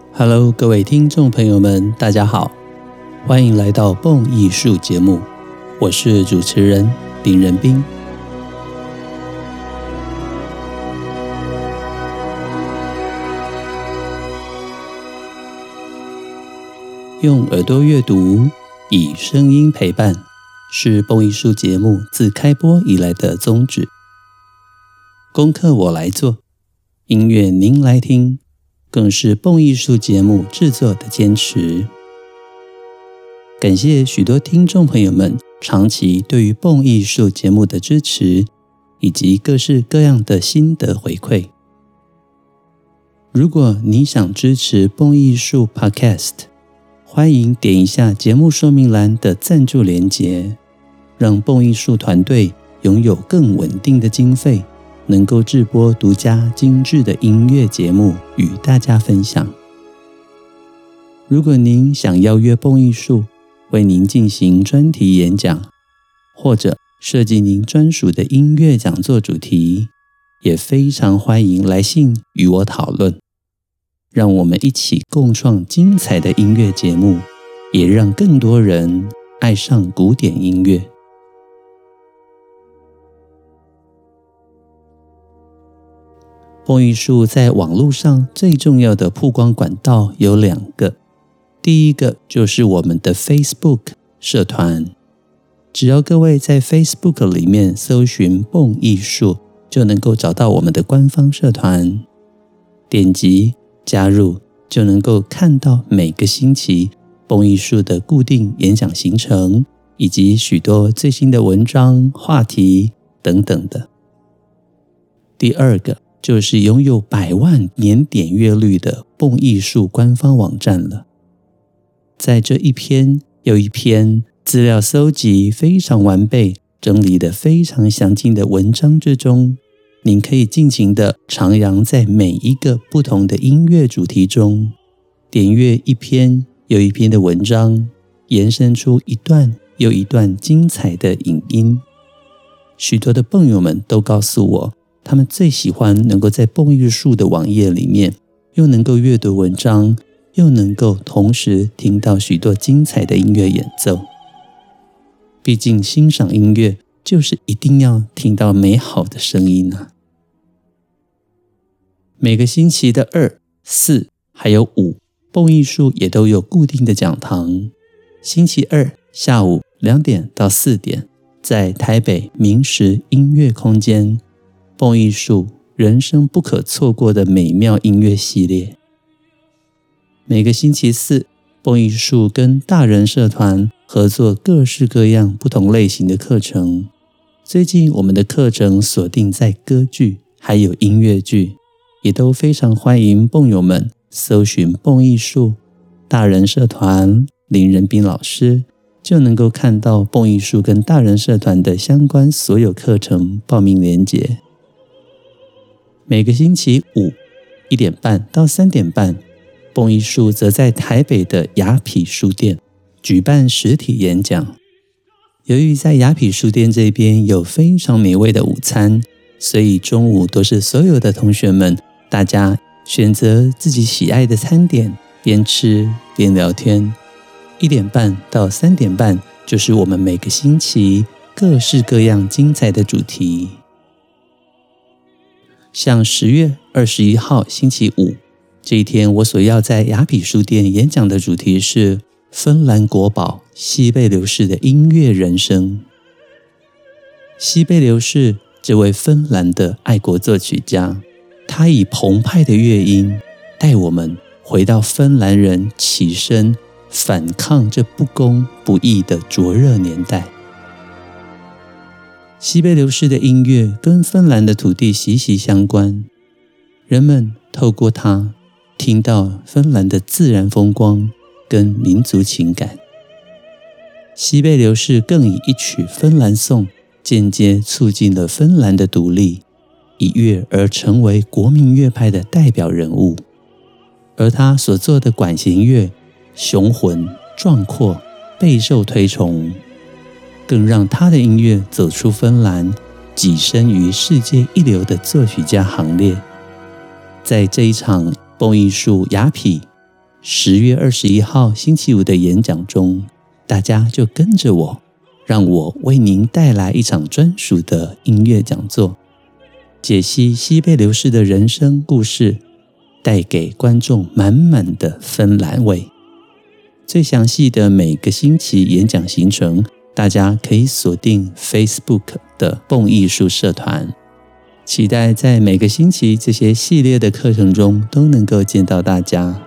Hello， 各位听众朋友们，大家好，欢迎来到蹦艺术节目，我是主持人林仁斌。用耳朵阅读，以声音陪伴，是蹦艺术节目自开播以来的宗旨。功课我来做，音乐您来听，更是蹦艺术节目制作的坚持。感谢许多听众朋友们长期对于蹦艺术节目的支持，以及各式各样的心得回馈。如果你想支持蹦艺术 Podcast， 欢迎点一下节目说明栏的赞助连结，让蹦艺术团队拥有更稳定的经费，能够制播独家精致的音乐节目与大家分享。如果您想邀约蹦艺术为您进行专题演讲，或者设计您专属的音乐讲座主题，也非常欢迎来信与我讨论，让我们一起共创精彩的音乐节目，也让更多人爱上古典音乐。蹦艺术在网络上最重要的曝光管道有2个，第一个就是我们的 Facebook 社团，只要各位在 Facebook 里面搜寻蹦艺术，就能够找到我们的官方社团，点击加入就能够看到每个星期蹦艺术的固定演讲行程，以及许多最新的文章、话题等等的。第二个就是拥有100万年点阅率的蹦艺术官方网站了。在这一篇又一篇资料搜集非常完备、整理得非常详尽的文章之中，您可以尽情地徜徉在每一个不同的音乐主题中，点阅一篇又一篇的文章，延伸出一段又一段精彩的影音。许多的蹦友们都告诉我，他们最喜欢能够在蹦艺术的网页里面，又能够阅读文章，又能够同时听到许多精彩的音乐演奏。毕竟欣赏音乐就是一定要听到美好的声音啊。每个星期的2、4还有5，蹦艺术也都有固定的讲堂。星期2下午2点到4点，在台北明石音乐空间，蹦艺术人生不可错过的美妙音乐系列。每个星期4，蹦艺术跟大人社团合作各式各样不同类型的课程。最近我们的课程锁定在歌剧还有音乐剧，也都非常欢迎蹦友们搜寻蹦艺术大人社团林仁斌老师，就能够看到蹦艺术跟大人社团的相关所有课程报名连结。每个星期5 1点半到3点半，蹦艺术则在台北的雅痞书店举办实体演讲。由于在雅痞书店这边有非常美味的午餐，所以中午都是所有的同学们，大家选择自己喜爱的餐点，边吃边聊天。1点半到3点半就是我们每个星期各式各样精彩的主题。像10月21号星期5这一天，我所要在雅痞书店演讲的主题是芬兰国宝西贝流士的音乐人生。西贝流士这位芬兰的爱国作曲家，他以澎湃的乐音带我们回到芬兰人起身反抗这不公不义的灼热年代。西贝流士的音乐跟芬兰的土地息息相关，人们透过它听到芬兰的自然风光跟民族情感。西贝流士更以一曲芬兰颂间接促进了芬兰的独立，一跃而成为国民乐派的代表人物。而他所做的管弦乐雄浑壮阔，备受推崇，更让他的音乐走出芬兰，跻身于世界一流的作曲家行列。在这一场蹦艺术雅痞 10月21号星期五的演讲中，大家就跟着我，让我为您带来一场专属的音乐讲座，解析西贝流士的人生故事，带给观众满满的芬兰味。最详细的每个星期演讲行程，大家可以锁定 Facebook 的蹦艺术社团，期待在每个星期这些系列的课程中都能够见到大家。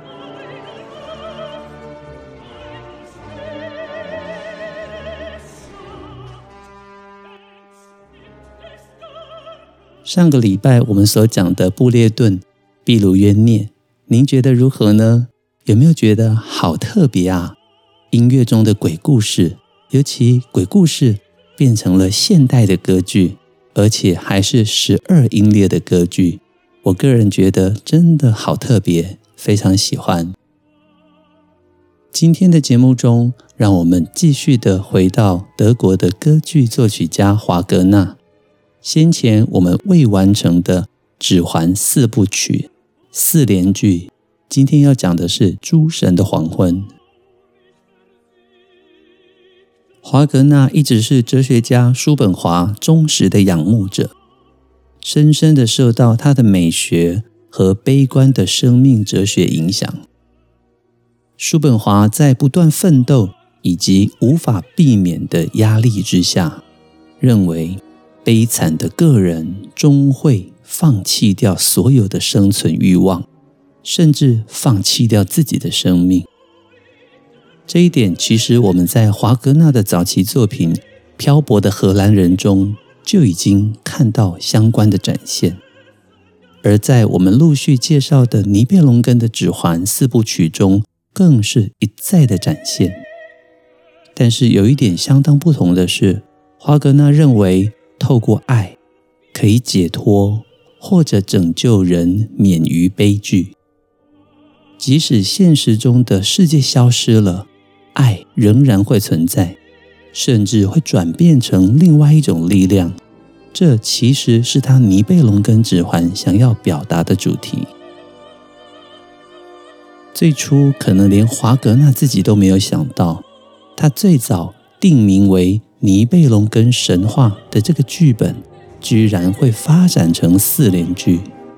上个礼拜我们所讲的布列顿、秘鲁冤孽，您觉得如何呢？有没有觉得好特别啊？音乐中的鬼故事，尤其鬼故事变成了现代的歌剧，而且还是12音列的歌剧，我个人觉得真的好特别，非常喜欢。今天的节目中，让我们继续的回到德国的歌剧作曲家华格纳。先前我们未完成的指环4部曲4连剧，今天要讲的是诸神的黄昏。华格纳一直是哲学家叔本华忠实的仰慕者，深深的受到他的美学和悲观的生命哲学影响。叔本华在不断奋斗以及无法避免的压力之下，认为悲惨的个人终会放弃掉所有的生存欲望，甚至放弃掉自己的生命。这一点其实我们在华格纳的早期作品《漂泊的荷兰人》中就已经看到相关的展现，而在我们陆续介绍的尼贝龙根的指环4部曲中更是一再的展现。但是有一点相当不同的是，华格纳认为透过爱可以解脱或者拯救人免于悲剧。即使现实中的世界消失了，爱仍然会存在，甚至会转变成另外一种力量。这其实是他尼贝龙根指环想要表达的主题。最初可能连华格纳自己都没有想到，他最早定名为尼贝龙根神话的这个剧本居然会发展成4连剧。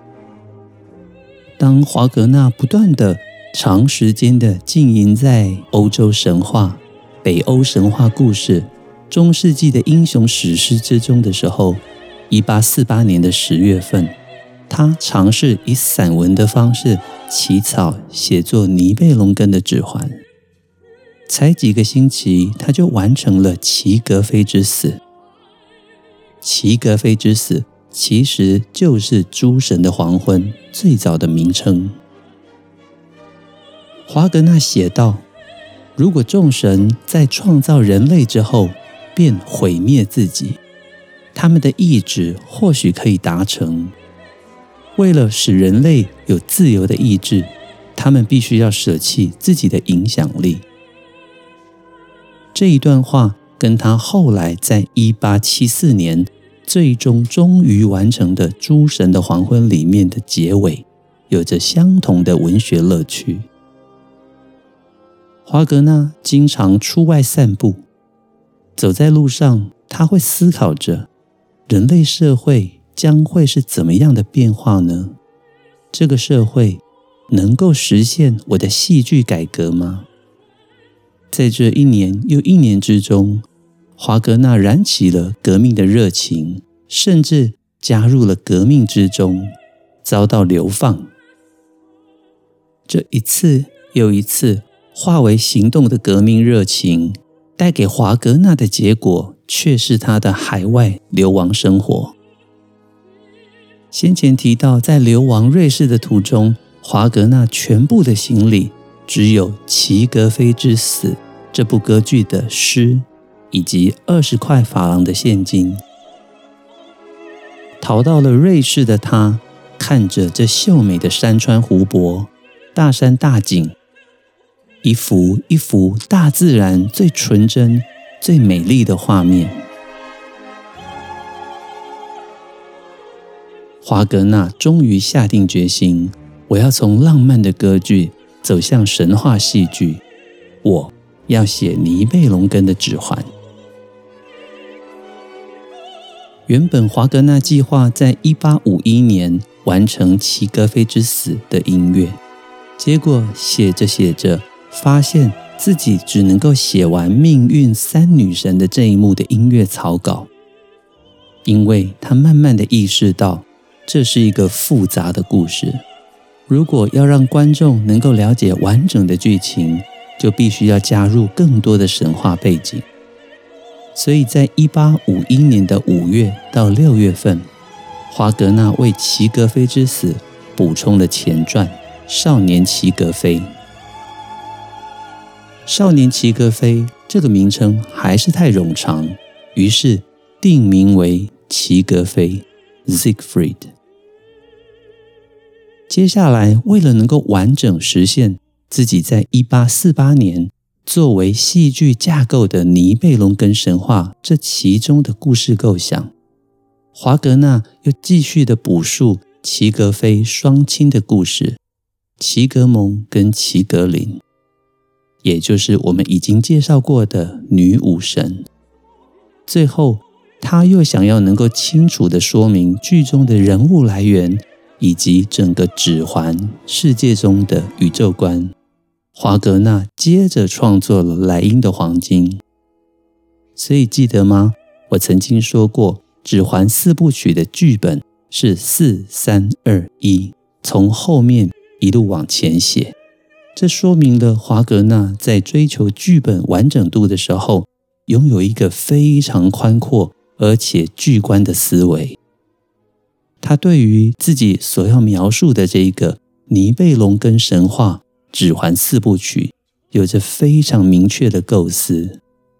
当华格纳不断的长时间的浸淫在欧洲神话、北欧神话故事、中世纪的英雄史诗之中的时候，1848年的10月份，他尝试以散文的方式起草写作尼贝龙根的指环。才几个星期，他就完成了齐格菲之死。齐格菲之死其实就是诸神的黄昏最早的名称。华格纳写道，如果众神在创造人类之后便毁灭自己，他们的意志或许可以达成。为了使人类有自由的意志，他们必须要舍弃自己的影响力。这一段话跟他后来在1874年终于完成的《诸神的黄昏》里面的结尾有着相同的文学乐趣。华格纳经常出外散步，走在路上，他会思考着人类社会将会是怎么样的变化呢？这个社会能够实现我的戏剧改革吗？在这1年又1年之中，华格纳燃起了革命的热情，甚至加入了革命之中，遭到流放。这一次又一次化为行动的革命热情，带给华格纳的结果却是他的海外流亡生活。先前提到，在流亡瑞士的途中，华格纳全部的行李只有《齐格菲之死》这部歌剧的诗以及20块法郎的现金。逃到了瑞士的他，看着这秀美的山川湖泊、大山大景，一幅一幅大自然最纯真、最美丽的画面。华格纳终于下定决心，我要从浪漫的歌剧走向神话戏剧，我要写尼贝龙根的指环。原本华格纳计划在1851年完成《齐格菲之死》的音乐，结果写着写着，发现自己只能够写完命运三女神的这一幕的音乐草稿，因为他慢慢的意识到，这是一个复杂的故事，如果要让观众能够了解完整的剧情，就必须要加入更多的神话背景。所以在1851年的5月到6月份，华格纳为《齐格菲之死》补充了前传《少年齐格菲》。少年齐格菲这个名称还是太冗长，于是定名为齐格菲 Siegfried。 接下来，为了能够完整实现自己在1848年作为戏剧架构的尼贝龙根神话这其中的故事构想，华格纳又继续的补述齐格菲双亲的故事，齐格蒙跟齐格林，也就是我们已经介绍过的女武神。最后，他又想要能够清楚地说明剧中的人物来源，以及整个指环世界中的宇宙观。华格纳接着创作了莱茵的黄金。所以记得吗？我曾经说过，指环4部曲的剧本是4、3、2、1，从后面一路往前写。这说明了华格纳在追求剧本完整度的时候，拥有一个非常宽阔而且巨观的思维。他对于自己所要描述的这个尼贝龙根神话指环4部曲有着非常明确的构思。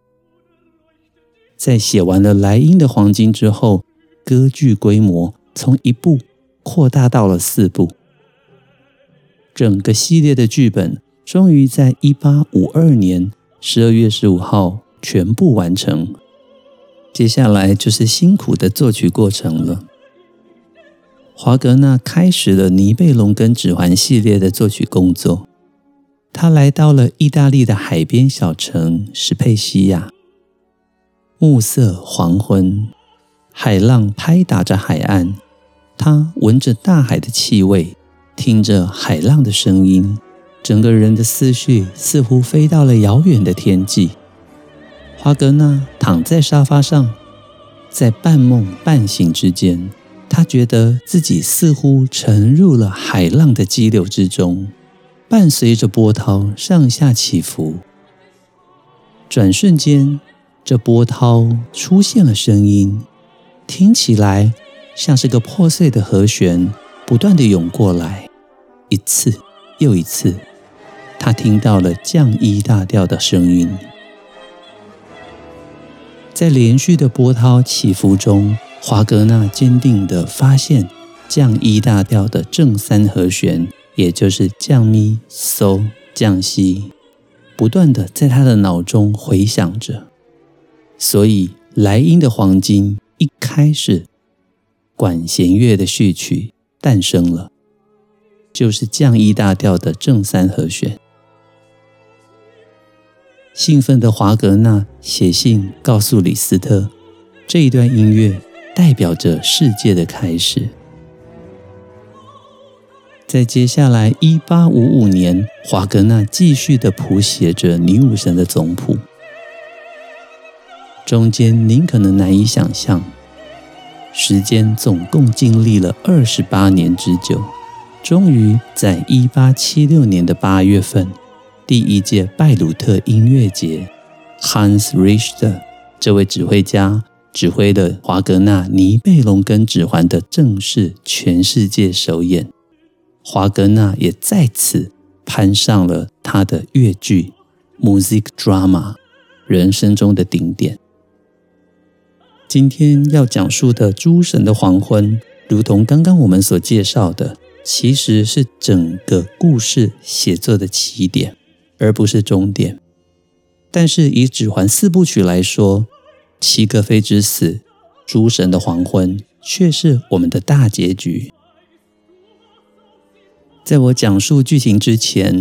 在写完了莱茵的黄金之后，歌剧规模从1部扩大到了4部。整个系列的剧本终于在1852年12月15号全部完成。接下来就是辛苦的作曲过程了。华格纳开始了尼贝龙根指环系列的作曲工作。他来到了意大利的海边小城史佩西亚，暮色黄昏，海浪拍打着海岸，他闻着大海的气味，听着海浪的声音，整个人的思绪似乎飞到了遥远的天际。华格纳躺在沙发上，在半梦半醒之间，他觉得自己似乎沉入了海浪的激流之中，伴随着波涛上下起伏。转瞬间，这波涛出现了声音，听起来像是个破碎的和弦不断地涌过来，一次又一次，他听到了降E大调的声音。在连续的波涛起伏中，华格纳坚定地发现降E大调的正3和弦，也就是降咪、嗦、降西，不断地在他的脑中回响着。所以莱茵的黄金一开始，管弦乐的序曲诞生了，就是降E大调的正3和弦。兴奋的华格纳写信告诉李斯特，这一段音乐代表着世界的开始。在接下来1855年，华格纳继续的谱写着女武神的总谱。中间您可能难以想象，时间总共经历了28年之久，终于在1876年的8月份，第1届拜鲁特音乐节 Hans Richter 这位指挥家指挥了华格纳尼贝龙根指环的正式全世界首演。华格纳也在此攀上了他的乐剧 Music Drama 人生中的顶点。今天要讲述的诸神的黄昏，如同刚刚我们所介绍的，其实是整个故事写作的起点，而不是终点。但是以指环4部曲来说，齐格菲之死、诸神的黄昏却是我们的大结局。在我讲述剧情之前，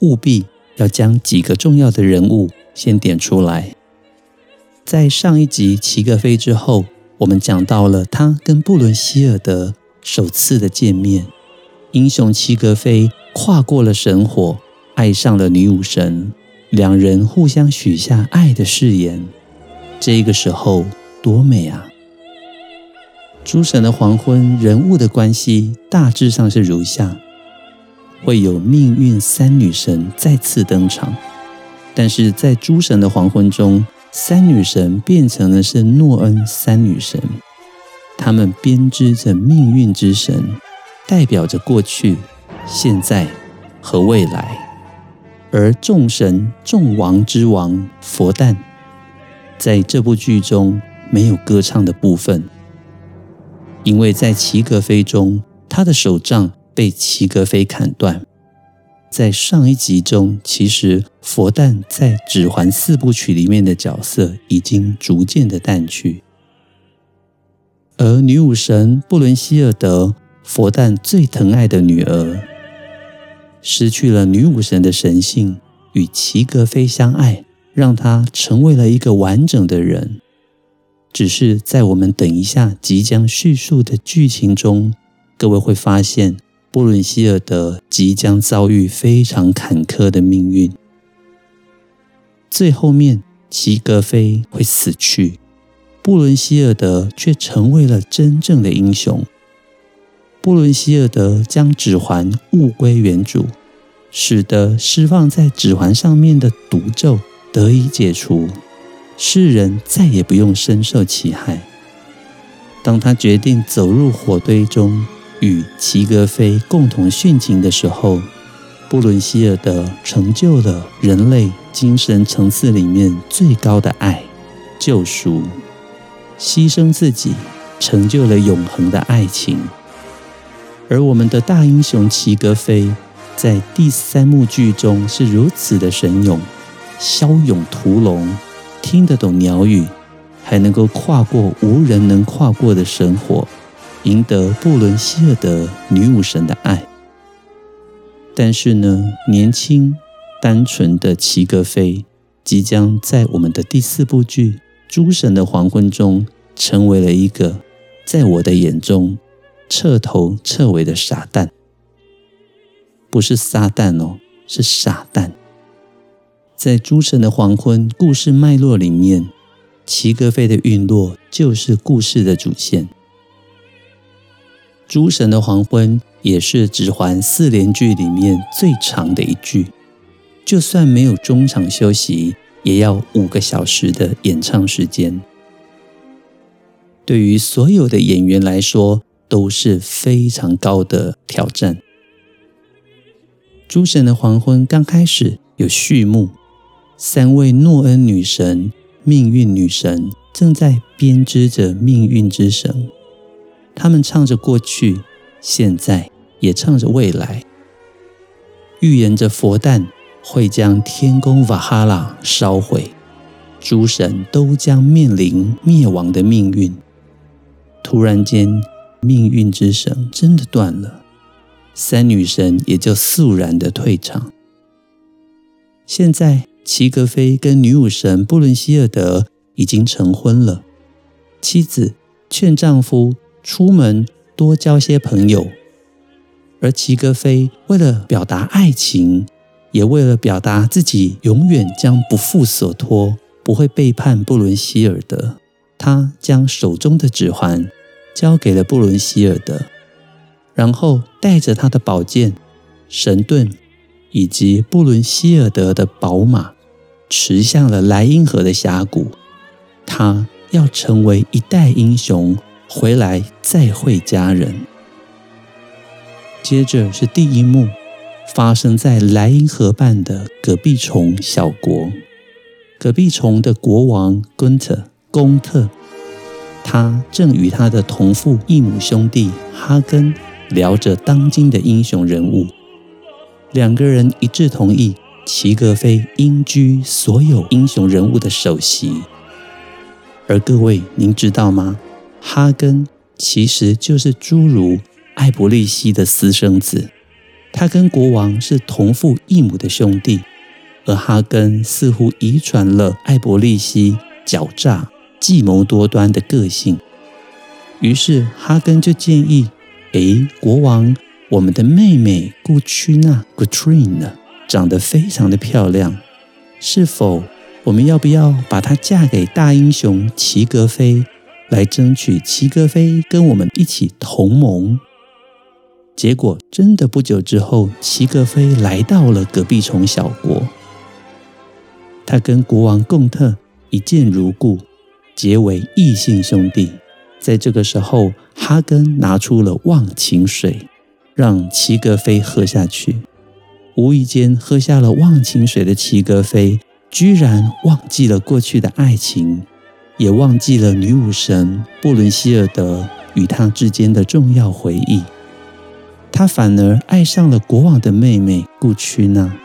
务必要将几个重要的人物先点出来。在上一集齐格菲之后，我们讲到了他跟布伦希尔德首次的见面，英雄齐格菲跨过了神火，爱上了女武神，两人互相许下爱的誓言。这个时候多美啊！诸神的黄昏人物的关系大致上是如下：会有命运三女神再次登场，但是在诸神的黄昏中，三女神变成的是诺恩三女神，她们编织着命运之神，代表着过去、现在和未来。而众神众王之王佛诞，在这部剧中没有歌唱的部分，因为在齐格菲中，他的手杖被齐格菲砍断。在上一集中，其实佛诞在指环四部曲里面的角色已经逐渐的淡去，而女武神布伦希尔德，佛诞最疼爱的女儿，失去了女武神的神性，与齐格菲相爱，让她成为了一个完整的人。只是在我们等一下即将叙述的剧情中，各位会发现布伦希尔德即将遭遇非常坎坷的命运。最后面齐格菲会死去，布伦希尔德却成为了真正的英雄。布伦希尔德将指环物归原主，使得释放在指环上面的毒咒得以解除，世人再也不用深受其害。当他决定走入火堆中，与齐格菲共同殉情的时候，布伦希尔德成就了人类精神层次里面最高的爱，救赎，牺牲自己，成就了永恒的爱情。而我们的大英雄齐格菲，在第三幕剧中是如此的神勇，骁勇屠龙，听得懂鸟语，还能够跨过无人能跨过的神火，赢得布伦希尔德女武神的爱。但是呢，年轻单纯的齐格菲即将在我们的第四部剧《诸神的黄昏》中成为了一个在我的眼中彻头彻尾的傻蛋。不是撒旦哦，是傻蛋。在《诸神的黄昏》故事脉络里面，齐格菲的陨落就是故事的主线。诸神的黄昏也是指环4连剧里面最长的一剧，就算没有中场休息，也要5个小时的演唱时间。对于所有的演员来说，都是非常高的挑战。诸神的黄昏刚开始有序幕，3位诺恩女神、命运女神正在编织着命运之绳。他们唱着过去，现在也唱着未来，预言着佛诞会将天宫瓦哈拉烧毁，诸神都将面临灭亡的命运。突然间，命运之绳真的断了，3女神也就肃然的退场。现在齐格菲跟女武神布伦希尔德已经成婚了，妻子劝丈夫出门多交些朋友，而齐格菲为了表达爱情，也为了表达自己永远将不负所托，不会背叛布伦希尔德，他将手中的指环交给了布伦希尔德，然后带着他的宝剑、神盾以及布伦希尔德的宝马，驰向了莱茵河的峡谷。他要成为一代英雄，回来再会家人。接着是第一幕，发生在莱茵河畔的戈壁虫小国。戈壁虫的国王贡特，他正与他的同父异母兄弟哈根聊着当今的英雄人物。2个人一致同意齐格菲应居所有英雄人物的首席。而各位，您知道吗？哈根其实就是侏儒艾伯利西的私生子， 他跟国王是同父异母的兄弟，而哈根似乎遗传了艾伯利西狡诈、计谋多端的个性。于是哈根就建议，国王，我们的妹妹顾屈娜 Gutrine 长得非常的漂亮，是否我们要不要把她嫁给大英雄齐格飞，来争取齐格飞跟我们一起同盟？结果真的不久之后，齐格飞来到了隔壁虫小国，他跟国王贡特一见如故，结为异姓兄弟。在这个时候，哈根拿出了忘情水，让齐格飞喝下去。无意间喝下了忘情水的齐格飞，居然忘记了过去的爱情，也忘记了女武神布伦希尔德与他之间的重要回忆。他反而爱上了国王的妹妹顾屈娜。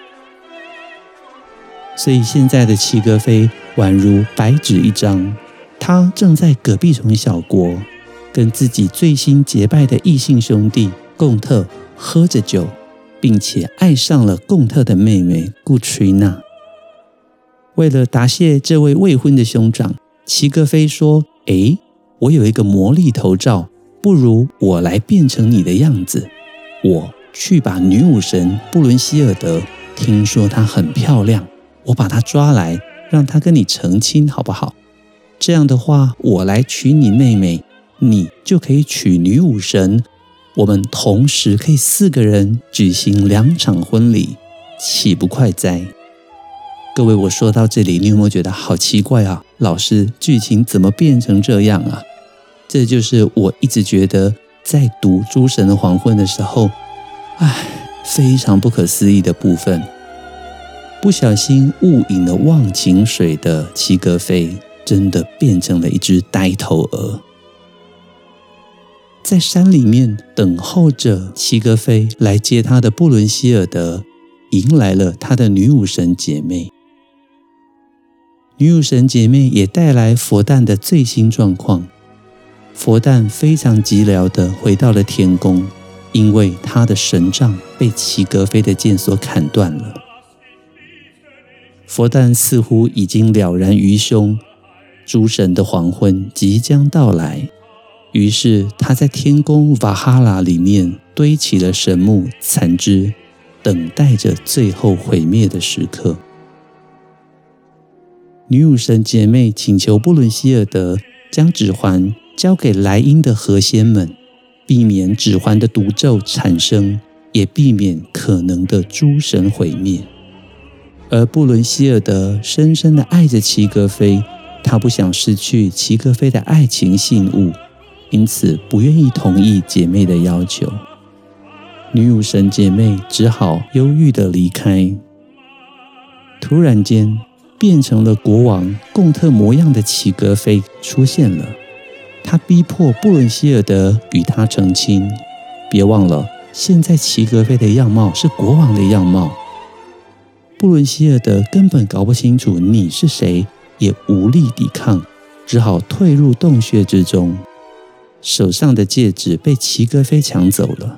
所以现在的齐格飞宛如白纸一张，他正在隔壁虫小国跟自己最新结拜的异姓兄弟贡特喝着酒，并且爱上了贡特的妹妹顾屈娜。为了答谢这位未婚的兄长，齐格飞说，我有一个魔力头罩，不如我来变成你的样子，我去把女武神布伦希尔德，听说她很漂亮，我把她抓来，让她跟你成亲好不好？这样的话，我来娶你妹妹，你就可以娶女武神，我们同时可以4个人举行2场婚礼，岂不快哉？各位，我说到这里，你有没有觉得好奇怪啊？老师，剧情怎么变成这样啊？这就是我一直觉得在读《诸神的黄昏》的时候，非常不可思议的部分。不小心误饮了忘情水的齐格飞，真的变成了一只呆头鹅。在山里面等候着齐格飞来接他的布伦希尔德，迎来了他的女武神姐妹。女武神姐妹也带来佛诞的最新状况。佛诞非常寂寥地回到了天宫，因为他的神杖被齐格飞的剑所砍断了。佛诞似乎已经了然于胸，诸神的黄昏即将到来，于是他在天宫瓦哈拉里面堆起了神木残枝，等待着最后毁灭的时刻。女武神姐妹请求布伦希尔德将指环交给莱茵的河仙们，避免指环的毒咒产生，也避免可能的诸神毁灭。而布伦希尔德深深地爱着齐格飞，他不想失去齐格飞的爱情信物，因此不愿意同意姐妹的要求。女武神姐妹只好忧郁地离开。突然间，变成了国王贡特模样的齐格飞出现了，他逼迫布伦希尔德与他成亲。别忘了，现在齐格飞的样貌是国王的样貌。布伦希尔德根本搞不清楚你是谁，也无力抵抗，只好退入洞穴之中。手上的戒指被齐格飞抢走了。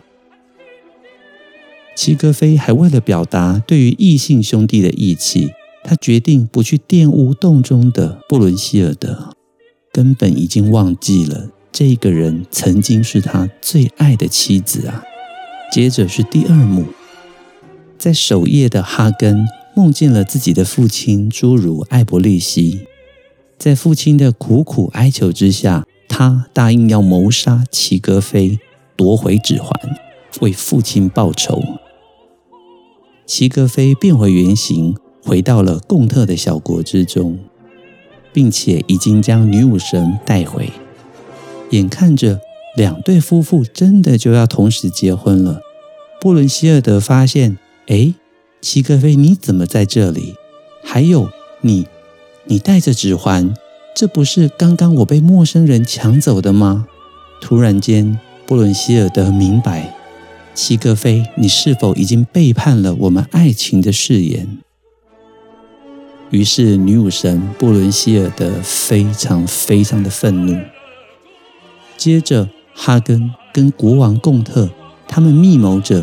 齐格飞还为了表达对于异姓兄弟的义气，他决定不去玷污洞中的布伦希尔德，根本已经忘记了这个人曾经是他最爱的妻子啊。接着是第2幕，在守夜的哈根梦见了自己的父亲侏儒艾伯利西，在父亲的苦苦哀求之下，他答应要谋杀齐格飞，夺回指环，为父亲报仇。齐格飞变回原形，回到了贡特的小国之中，并且已经将女武神带回。眼看着2对夫妇真的就要同时结婚了，布伦希尔德发现，齐格飞你怎么在这里？还有你带着指环，这不是刚刚我被陌生人抢走的吗？突然间，布伦希尔德明白，齐格飞你是否已经背叛了我们爱情的誓言？于是女武神布伦希尔德非常非常的愤怒。接着哈根跟国王贡特他们密谋着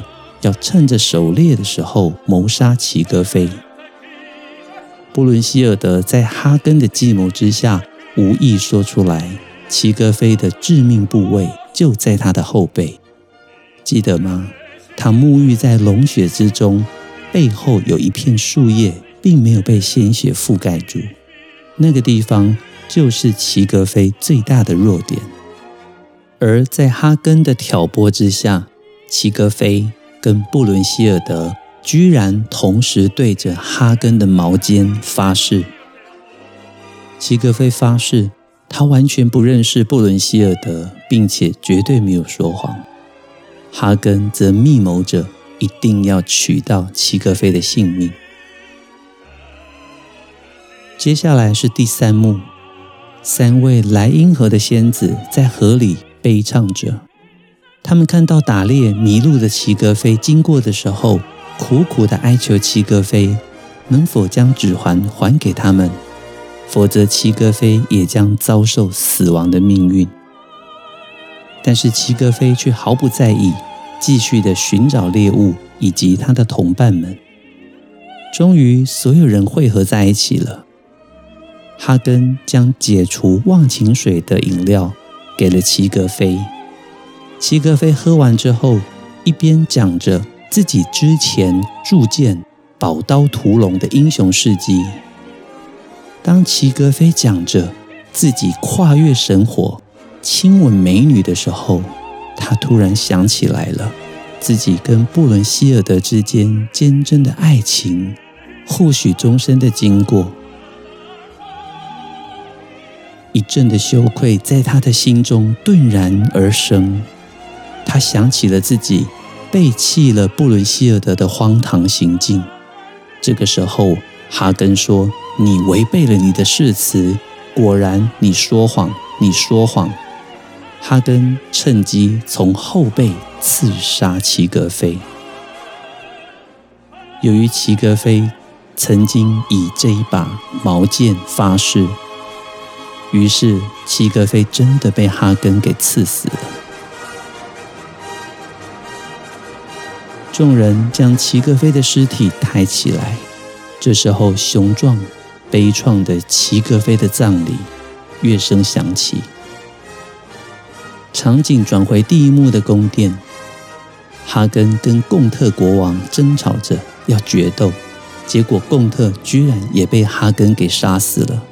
要趁着狩猎的时候谋杀齐格菲。布伦希尔德在哈根的计谋之下，无意说出来，齐格菲的致命部位就在他的后背，记得吗？他沐浴在龙血之中，背后有一片树叶，并没有被鲜血覆盖住，那个地方就是齐格菲最大的弱点。而在哈根的挑拨之下，齐格菲跟布伦希尔德居然同时对着哈根的矛尖发誓。齐格菲发誓，他完全不认识布伦希尔德，并且绝对没有说谎。哈根则密谋着一定要取到齐格菲的性命。接下来是第3幕，3位莱茵河的仙子在河里悲唱着，他们看到打猎迷路的齐格菲经过的时候，苦苦地哀求齐格菲能否将指环还给他们，否则齐格菲也将遭受死亡的命运。但是齐格菲却毫不在意，继续地寻找猎物以及他的同伴们。终于所有人汇合在一起了。哈根将解除忘情水的饮料给了齐格菲。齐格菲喝完之后，一边讲着自己之前铸剑宝刀屠龙的英雄事迹。当齐格菲讲着自己跨越神火亲吻美女的时候，他突然想起来了自己跟布伦希尔德之间坚贞的爱情，或许终身的经过。一阵的羞愧在他的心中顿然而生，他想起了自己背弃了布伦希尔德的荒唐行径。这个时候，哈根说：“你违背了你的誓词，果然你说谎，你说谎。”哈根趁机从后背刺杀齐格菲。由于齐格菲曾经以这一把矛剑发誓，于是齐格菲真的被哈根给刺死了。众人将齐格菲的尸体抬起来，这时候雄壮悲怆的齐格菲的葬礼乐声响起。场景转回第1幕的宫殿，哈根跟贡特国王争吵着要决斗，结果贡特居然也被哈根给杀死了。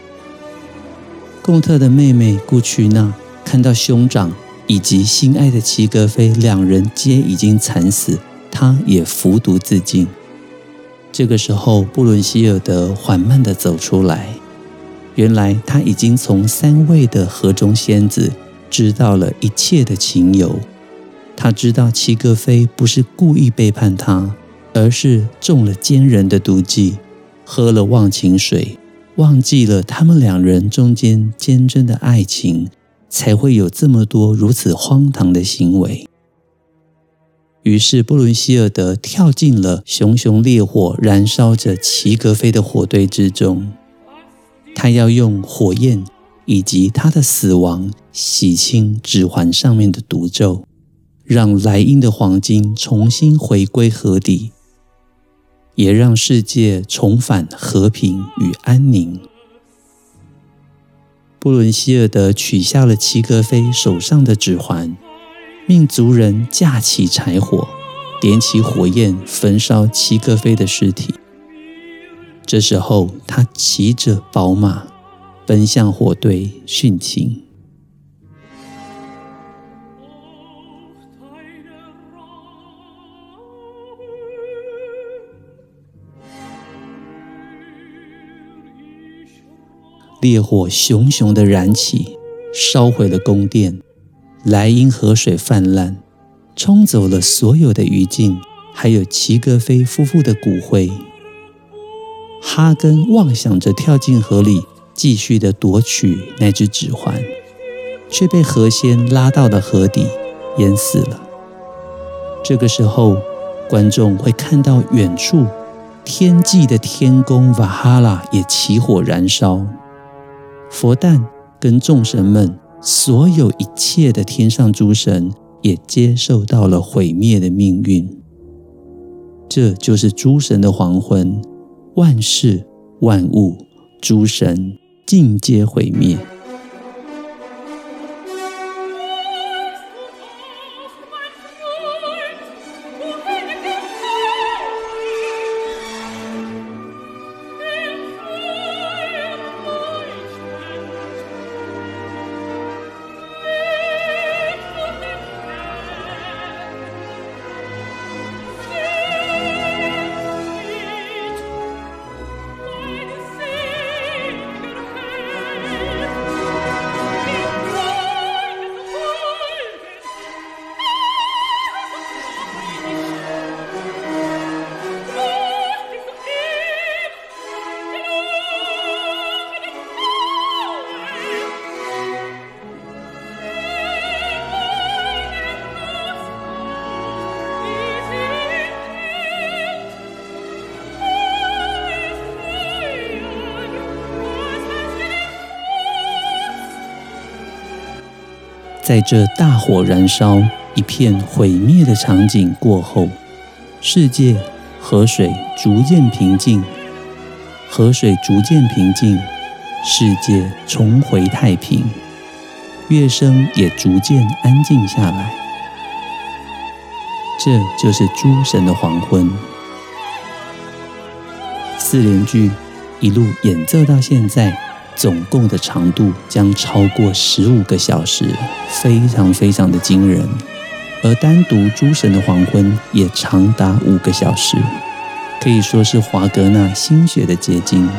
贡特的妹妹顾屈娜看到兄长以及心爱的齐格菲两人皆已经惨死，她也服毒自尽。这个时候，布伦希尔德缓慢地走出来，原来他已经从3位的河中仙子知道了一切的情由。他知道齐格菲不是故意背叛他，而是中了奸人的毒计，喝了忘情水，忘记了他们2人中间坚贞的爱情，才会有这么多如此荒唐的行为。于是布伦希尔德跳进了熊熊烈火燃烧着齐格菲的火堆之中，他要用火焰以及他的死亡洗清指环上面的毒咒，让莱茵的黄金重新回归河底，也让世界重返和平与安宁。布伦希尔德取下了齐格菲手上的指环，命族人架起柴火，点起火焰，焚烧齐格菲的尸体。这时候，他骑着宝马奔向火堆殉情。烈火熊熊地燃起，烧毁了宫殿，莱茵河水泛滥，冲走了所有的余烬，还有齐格菲夫妇的骨灰。哈根妄想着跳进河里，继续的夺取那只指环，却被河仙拉到了河底，淹死了。这个时候，观众会看到远处天际的天宫瓦哈拉也起火燃烧，佛诞跟众神们，所有一切的天上诸神也接受到了毁灭的命运。 这就是诸神的黄昏，万事万物诸神尽皆毁灭。在这大火燃烧、一片毁灭的场景过后，世界河水逐渐平静，河水逐渐平静，世界重回太平，乐声也逐渐安静下来。这就是诸神的黄昏。四连剧一路演奏到现在，总共的长度将超过15个小时，非常非常的惊人。而单独诸神的黄昏也长达5个小时，可以说是华格纳心血的结晶。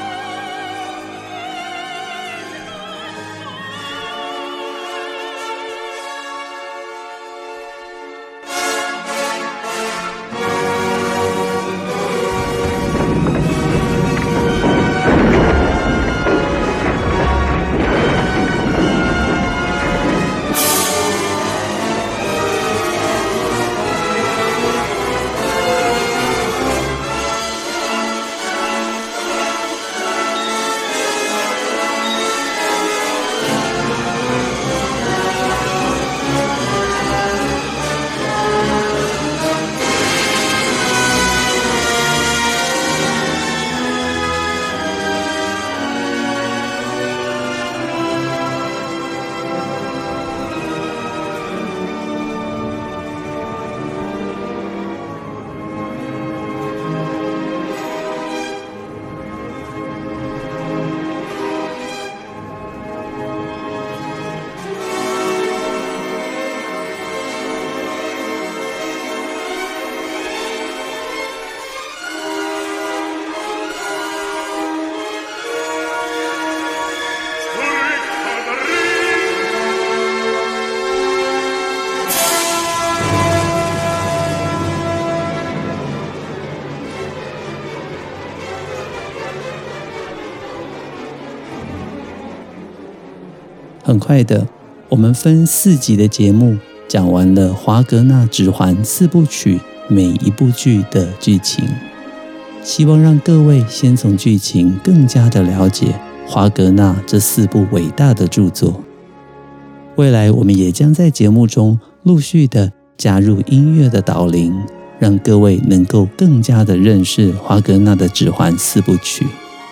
很快的，我们分4集的节目讲完了华格纳指环4部曲每一部剧的剧情，希望让各位先从剧情更加的了解华格纳这4部伟大的著作。未来我们也将在节目中陆续的加入音乐的导聆，让各位能够更加的认识华格纳的指环4部曲。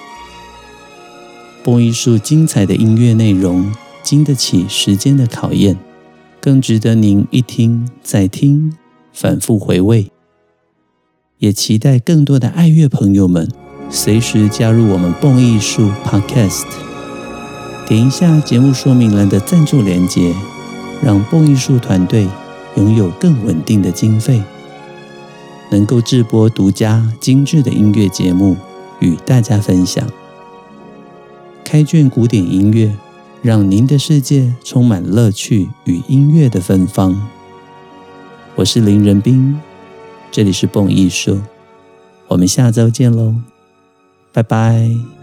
蹦艺术精彩的音乐内容经得起时间的考验，更值得您一听再听，反复回味。也期待更多的爱乐朋友们随时加入我们蹦艺术 Podcast， 点一下节目说明栏的赞助连结，让蹦艺术团队拥有更稳定的经费，能够制播独家精致的音乐节目与大家分享。开卷古典音乐，让您的世界充满乐趣与音乐的芬芳。我是林仁斌，这里是蹦艺术，我们下周见喽，拜拜。